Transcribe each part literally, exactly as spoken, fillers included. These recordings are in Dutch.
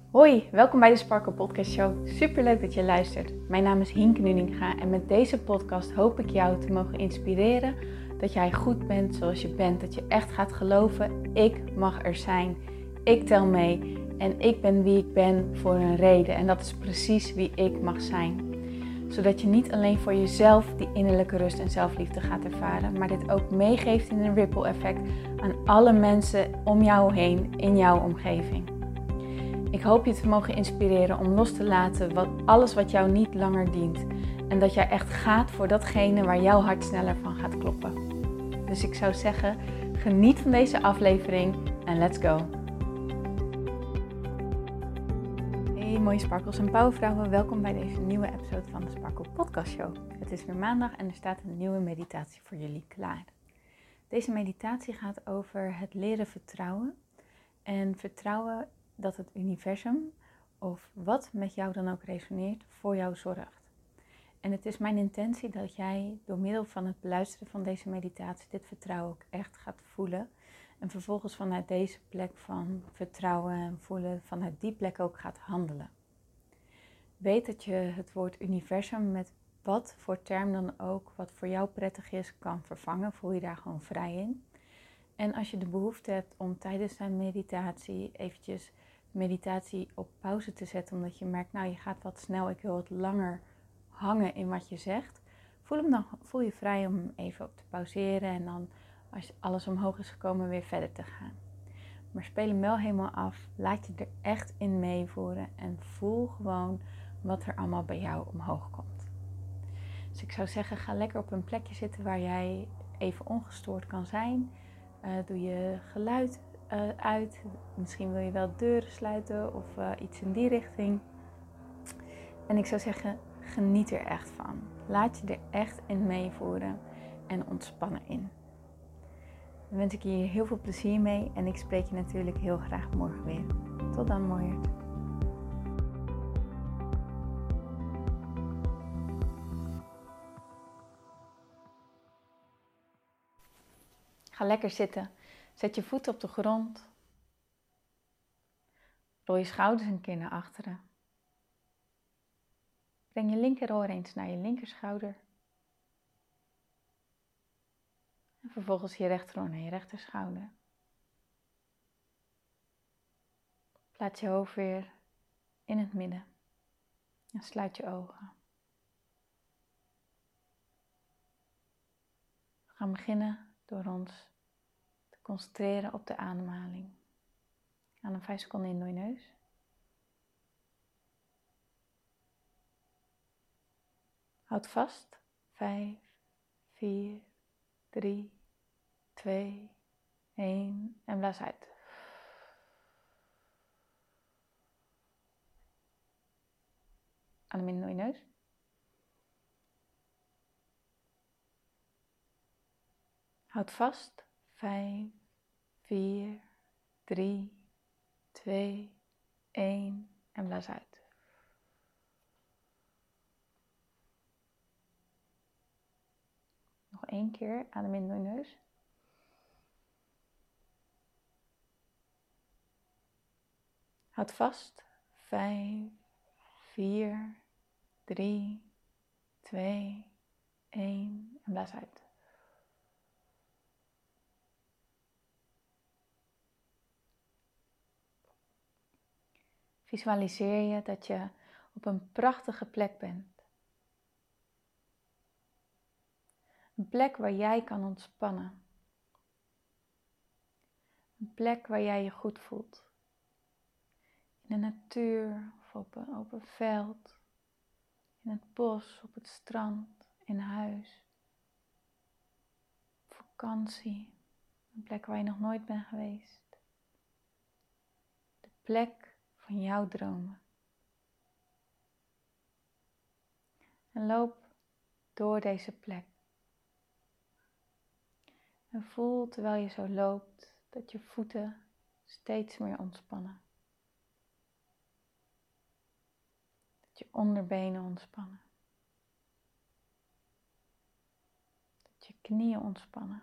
Hoi, welkom bij de Sparkle Podcast Show. Superleuk dat je luistert. Mijn naam is Hienke Nuninga en met deze podcast hoop ik jou te mogen inspireren dat jij goed bent zoals je bent. Dat je echt gaat geloven, ik mag er zijn, ik tel mee en ik ben wie ik ben voor een reden. En dat is precies wie ik mag zijn. Zodat je niet alleen voor jezelf die innerlijke rust en zelfliefde gaat ervaren, maar dit ook meegeeft in een ripple effect aan alle mensen om jou heen in jouw omgeving. Ik hoop je te mogen inspireren om los te laten wat, alles wat jou niet langer dient. En dat jij echt gaat voor datgene waar jouw hart sneller van gaat kloppen. Dus ik zou zeggen, geniet van deze aflevering en let's go! Hey mooie sparkels en powervrouwen, welkom bij deze nieuwe episode van de Sparkle Podcast Show. Het is weer maandag en er staat een nieuwe meditatie voor jullie klaar. Deze meditatie gaat over het leren vertrouwen. En vertrouwen dat het universum, of wat met jou dan ook resoneert, voor jou zorgt. En het is mijn intentie dat jij door middel van het beluisteren van deze meditatie dit vertrouwen ook echt gaat voelen. En vervolgens vanuit deze plek van vertrouwen en voelen, vanuit die plek ook gaat handelen. Weet dat je het woord universum met wat voor term dan ook, wat voor jou prettig is, kan vervangen. Voel je daar gewoon vrij in. En als je de behoefte hebt om tijdens de meditatie eventjes meditatie op pauze te zetten, omdat je merkt, nou je gaat wat snel, ik wil wat langer hangen in wat je zegt, voel, hem dan, voel je vrij om hem even op te pauzeren en dan als alles omhoog is gekomen weer verder te gaan. Maar speel hem wel helemaal af, laat je er echt in meevoeren en voel gewoon wat er allemaal bij jou omhoog komt. Dus ik zou zeggen, ga lekker op een plekje zitten waar jij even ongestoord kan zijn. Uh, doe je geluid uh, uit. Misschien wil je wel deuren sluiten of uh, iets in die richting. En ik zou zeggen, geniet er echt van. Laat je er echt in meevoeren en ontspannen in. Dan wens ik je hier heel veel plezier mee en ik spreek je natuurlijk heel graag morgen weer. Tot dan, mooierd. Ga lekker zitten. Zet je voeten op de grond. Rol je schouders een keer naar achteren. Breng je linkeroor eens naar je linkerschouder. En vervolgens je rechteroor naar je rechterschouder. Plaats je hoofd weer in het midden. En sluit je ogen. We gaan beginnen door ons te concentreren op de ademhaling. Adem vijf seconden in door je neus. Houd vast. vijf, vier, drie, twee, één en blaas uit. Adem in door je neus. Houd vast. vijf, vier, drie, twee, één en blaas uit. Nog één keer, adem in door je neus. Houd vast. vijf, vier, drie, twee, één en blaas uit. Visualiseer je dat je op een prachtige plek bent. Een plek waar jij kan ontspannen. Een plek waar jij je goed voelt. In de natuur of op een open veld. In het bos, op het strand, in huis. Op vakantie. Een plek waar je nog nooit bent geweest. De plek van jouw dromen. En loop door deze plek. En voel terwijl je zo loopt dat je voeten steeds meer ontspannen. Dat je onderbenen ontspannen. Dat je knieën ontspannen.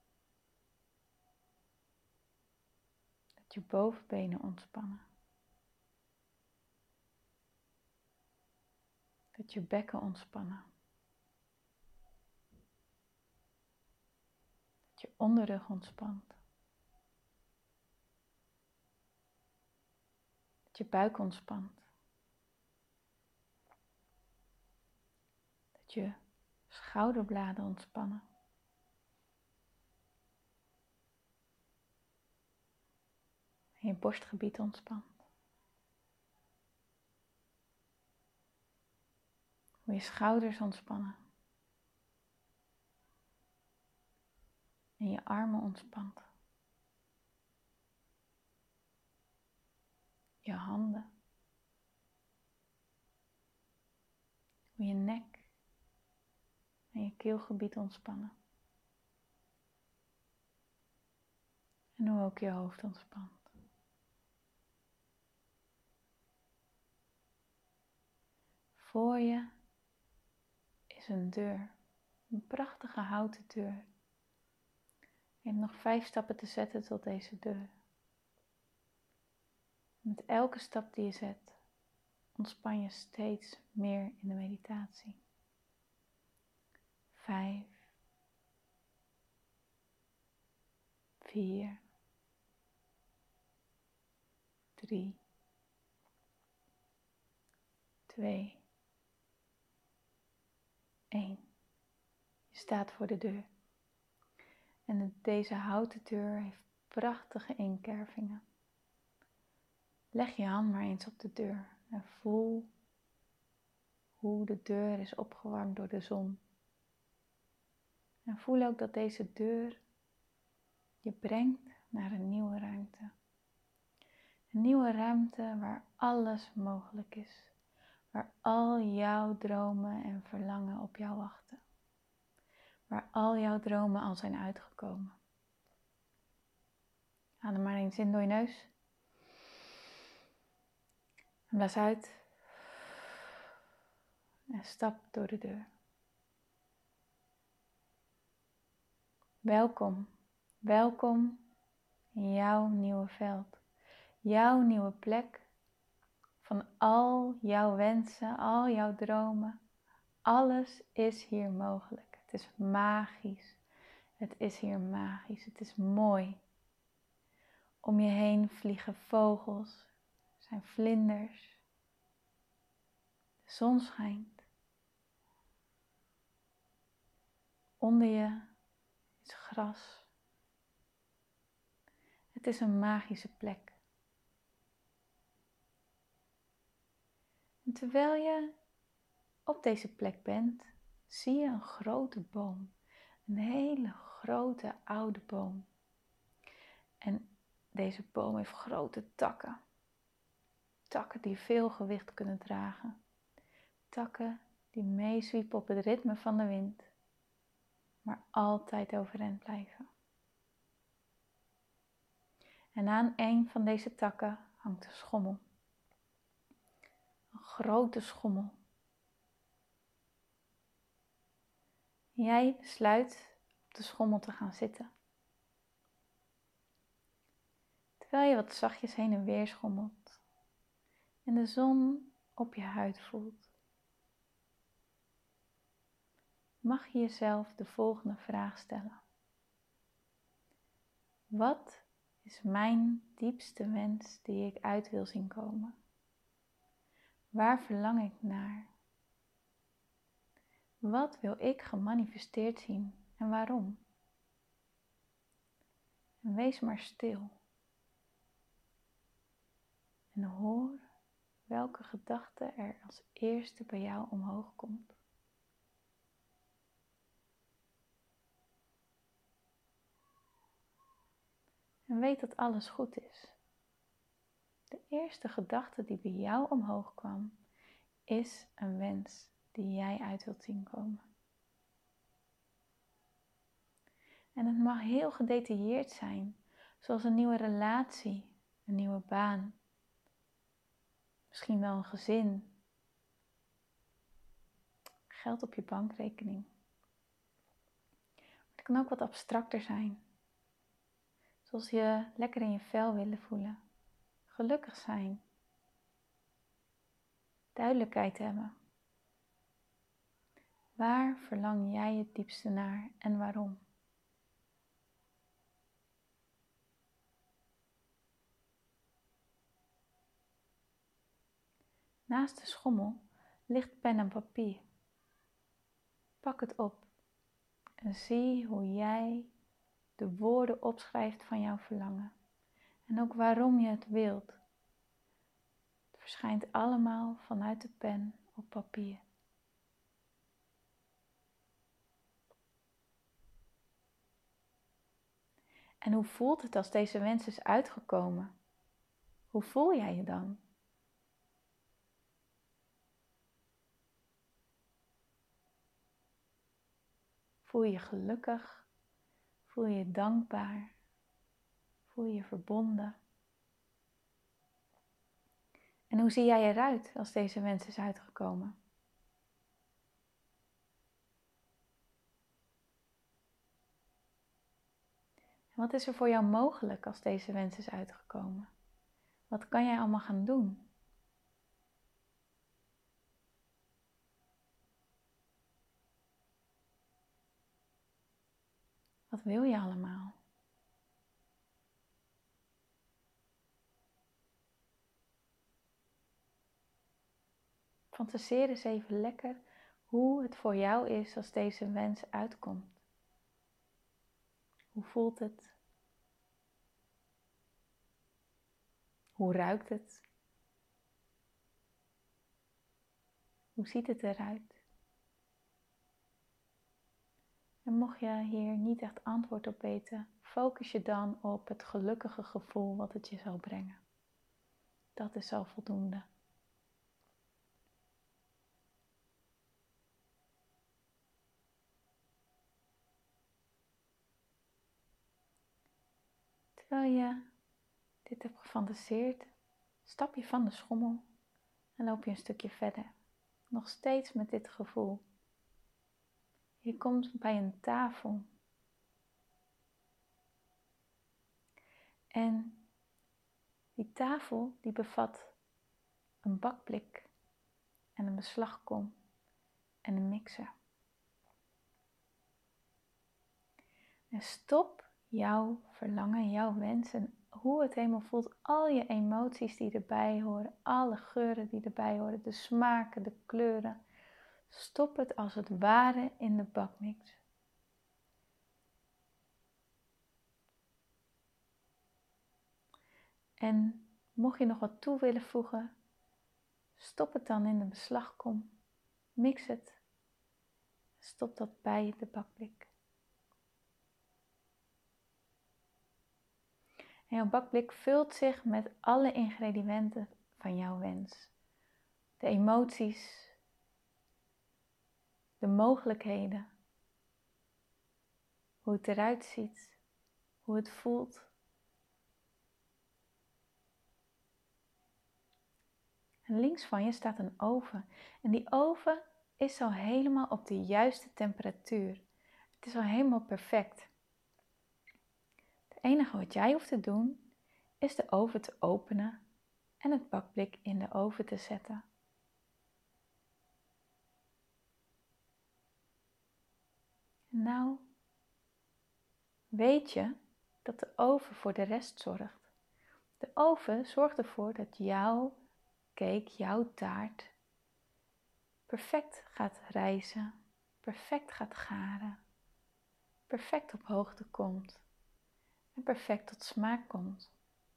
Dat je bovenbenen ontspannen. Dat je bekken ontspannen. Dat je onderrug ontspant. Dat je buik ontspant. Dat je schouderbladen ontspannen. En je borstgebied ontspant. Hoe je schouders ontspannen. En je armen ontspant. Je handen. Hoe je nek en je keelgebied ontspannen. En hoe ook je hoofd ontspant. Voor je is een deur. Een prachtige houten deur. Je hebt nog vijf stappen te zetten tot deze deur. Met elke stap die je zet, ontspan je steeds meer in de meditatie. Vijf. Vier. Drie. Twee. Één. Je staat voor de deur. En deze houten deur heeft prachtige inkervingen. Leg je hand maar eens op de deur en voel hoe de deur is opgewarmd door de zon. En voel ook dat deze deur je brengt naar een nieuwe ruimte. Een nieuwe ruimte waar alles mogelijk is. Waar al jouw dromen en verlangen op jou wachten. Waar al jouw dromen al zijn uitgekomen. Adem maar eens in door je neus. En blaas uit. En stap door de deur. Welkom. Welkom in jouw nieuwe veld. Jouw nieuwe plek. Van al jouw wensen, al jouw dromen. Alles is hier mogelijk. Het is magisch. Het is hier magisch. Het is mooi. Om je heen vliegen vogels. Er zijn vlinders. De zon schijnt. Onder je is gras. Het is een magische plek. En terwijl je op deze plek bent, zie je een grote boom. Een hele grote oude boom. En deze boom heeft grote takken. Takken die veel gewicht kunnen dragen. Takken die meezwiepen op het ritme van de wind. Maar altijd overeind blijven. En aan een van deze takken hangt een schommel. Een grote schommel. Jij besluit op de schommel te gaan zitten. Terwijl je wat zachtjes heen en weer schommelt. En de zon op je huid voelt. Mag je jezelf de volgende vraag stellen. Wat is mijn diepste wens die ik uit wil zien komen? Waar verlang ik naar? Wat wil ik gemanifesteerd zien en waarom? En wees maar stil. En hoor welke gedachte er als eerste bij jou omhoog komt. En weet dat alles goed is. De eerste gedachte die bij jou omhoog kwam, is een wens die jij uit wilt zien komen. En het mag heel gedetailleerd zijn, zoals een nieuwe relatie, een nieuwe baan, misschien wel een gezin, geld op je bankrekening. Het kan ook wat abstracter zijn, zoals je lekker in je vel willen voelen, gelukkig zijn, duidelijkheid hebben, Waar verlang jij het diepste naar en waarom? Naast de schommel ligt pen en papier. Pak het op en zie hoe jij de woorden opschrijft van jouw verlangen. En ook waarom je het wilt. Het verschijnt allemaal vanuit de pen op papier. En hoe voelt het als deze wens is uitgekomen? Hoe voel jij je dan? Voel je je gelukkig? Voel je je dankbaar? Voel je je verbonden? En hoe zie jij eruit als deze wens is uitgekomen? En wat is er voor jou mogelijk als deze wens is uitgekomen? Wat kan jij allemaal gaan doen? Wat wil je allemaal? Fantaseer eens even lekker hoe het voor jou is als deze wens uitkomt. Hoe voelt het? Hoe ruikt het? Hoe ziet het eruit? En mocht je hier niet echt antwoord op weten, focus je dan op het gelukkige gevoel wat het je zal brengen. Dat is al voldoende. Terwijl je dit hebt gefantaseerd, stap je van de schommel en loop je een stukje verder. Nog steeds met dit gevoel. Je komt bij een tafel. En die tafel die bevat een bakblik en een beslagkom en een mixer. En stop jouw verlangen, jouw wens en hoe het helemaal voelt. Al je emoties die erbij horen, alle geuren die erbij horen, de smaken, de kleuren. Stop het als het ware in de bakmix. En mocht je nog wat toe willen voegen, stop het dan in de beslagkom. Mix het. Stop dat bij de bakblik. En jouw bakblik vult zich met alle ingrediënten van jouw wens. De emoties, de mogelijkheden, hoe het eruit ziet, hoe het voelt. En links van je staat een oven. En die oven is al helemaal op de juiste temperatuur. Het is al helemaal perfect. Het enige wat jij hoeft te doen, is de oven te openen en het bakblik in de oven te zetten. En nou weet je dat de oven voor de rest zorgt. De oven zorgt ervoor dat jouw cake, jouw taart, perfect gaat rijzen, perfect gaat garen, perfect op hoogte komt en perfect tot smaak komt.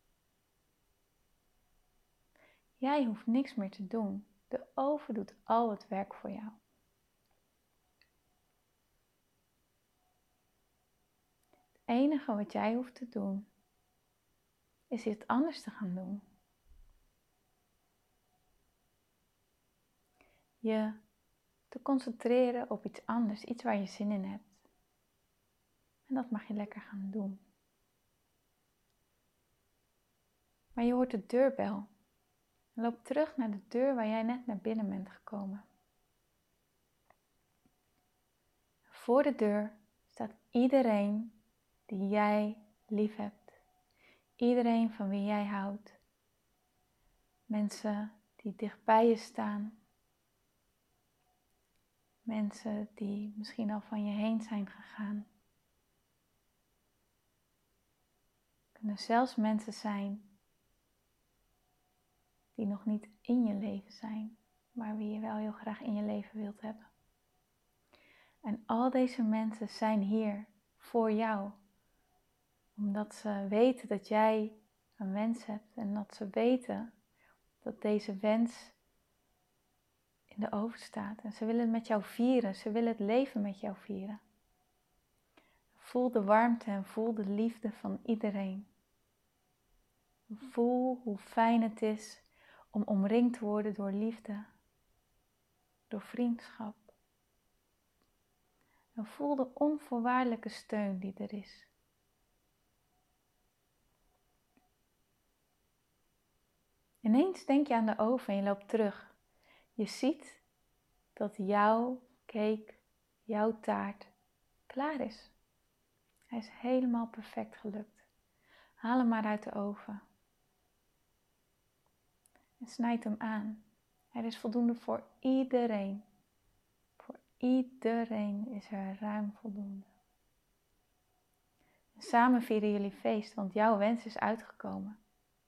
Jij hoeft niks meer te doen. De oven doet al het werk voor jou. Het enige wat jij hoeft te doen, is iets anders te gaan doen. Je te concentreren op iets anders, iets waar je zin in hebt. En dat mag je lekker gaan doen. Maar je hoort de deurbel. En loop terug naar de deur waar jij net naar binnen bent gekomen. Voor de deur staat iedereen die jij lief hebt. Iedereen van wie jij houdt. Mensen die dicht bij je staan. Mensen die misschien al van je heen zijn gegaan. Het kunnen zelfs mensen zijn die nog niet in je leven zijn, maar wie je wel heel graag in je leven wilt hebben. En al deze mensen zijn hier voor jou, omdat ze weten dat jij een wens hebt en dat ze weten dat deze wens in de oven staat. En ze willen het met jou vieren, ze willen het leven met jou vieren. Voel de warmte en voel de liefde van iedereen. Voel hoe fijn het is om omringd te worden door liefde, door vriendschap. En voel de onvoorwaardelijke steun die er is. Ineens denk je aan de oven en je loopt terug. Je ziet dat jouw cake, jouw taart, klaar is. Hij is helemaal perfect gelukt. Haal hem maar uit de oven. En snijd hem aan. Er is voldoende voor iedereen. Voor iedereen is er ruim voldoende. En samen vieren jullie feest, want jouw wens is uitgekomen.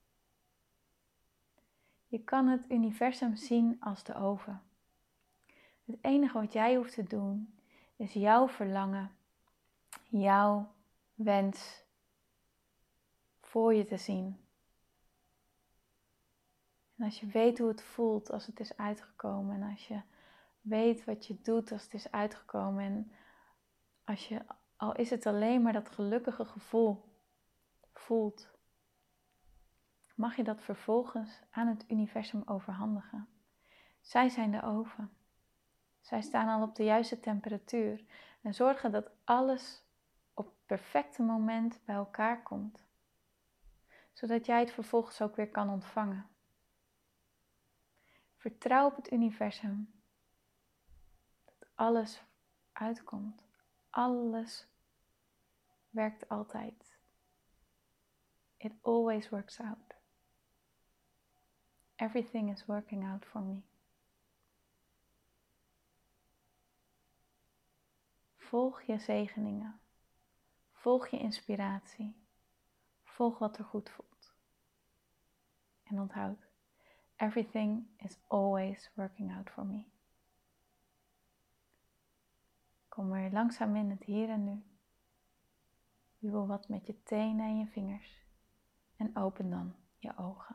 Je kan het universum zien als de oven. Het enige wat jij hoeft te doen, is jouw verlangen, jouw wens voor je te zien. En als je weet hoe het voelt als het is uitgekomen en als je weet wat je doet als het is uitgekomen en als je, al is het alleen maar dat gelukkige gevoel voelt, mag je dat vervolgens aan het universum overhandigen. Zij zijn de oven. Zij staan al op de juiste temperatuur en zorgen dat alles op het perfecte moment bij elkaar komt. Zodat jij het vervolgens ook weer kan ontvangen. Vertrouw op het universum. Dat alles uitkomt. Alles werkt altijd. It always works out. Everything is working out for me. Volg je zegeningen. Volg je inspiratie. Volg wat er goed voelt. En onthoud, everything is always working out for me. Kom weer langzaam in het hier en nu. Wiebel wat met je tenen en je vingers. En open dan je ogen.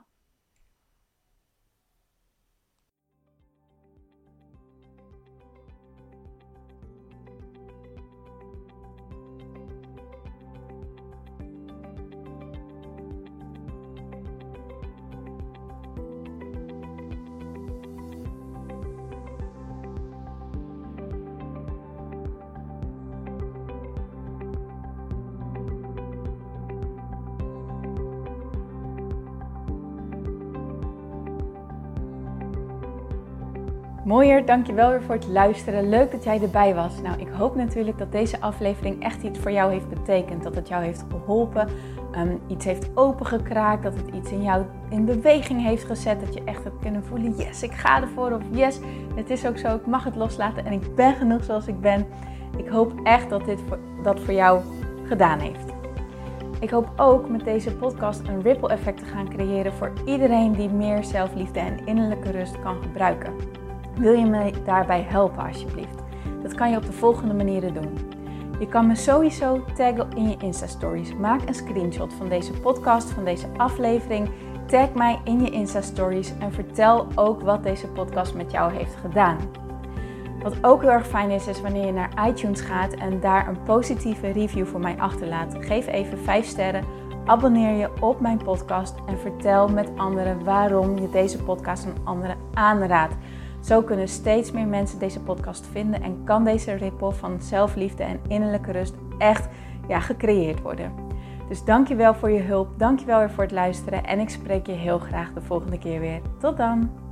Mooier, dankjewel weer voor het luisteren. Leuk dat jij erbij was. Nou, ik hoop natuurlijk dat deze aflevering echt iets voor jou heeft betekend. Dat het jou heeft geholpen, um, iets heeft opengekraakt, dat het iets in jou in beweging heeft gezet. Dat je echt hebt kunnen voelen, yes, ik ga ervoor. Of yes, het is ook zo, ik mag het loslaten en ik ben genoeg zoals ik ben. Ik hoop echt dat dit voor, dat voor jou gedaan heeft. Ik hoop ook met deze podcast een ripple effect te gaan creëren voor iedereen die meer zelfliefde en innerlijke rust kan gebruiken. Wil je me daarbij helpen alsjeblieft? Dat kan je op de volgende manieren doen. Je kan me sowieso taggen in je Insta-stories. Maak een screenshot van deze podcast, van deze aflevering. Tag mij in je Insta-stories en vertel ook wat deze podcast met jou heeft gedaan. Wat ook heel erg fijn is, is wanneer je naar iTunes gaat en daar een positieve review voor mij achterlaat. Geef even vijf sterren, abonneer je op mijn podcast en vertel met anderen waarom je deze podcast aan anderen aanraadt. Zo kunnen steeds meer mensen deze podcast vinden en kan deze ripple van zelfliefde en innerlijke rust echt ja, gecreëerd worden. Dus dankjewel voor je hulp, dankjewel weer voor het luisteren en ik spreek je heel graag de volgende keer weer. Tot dan!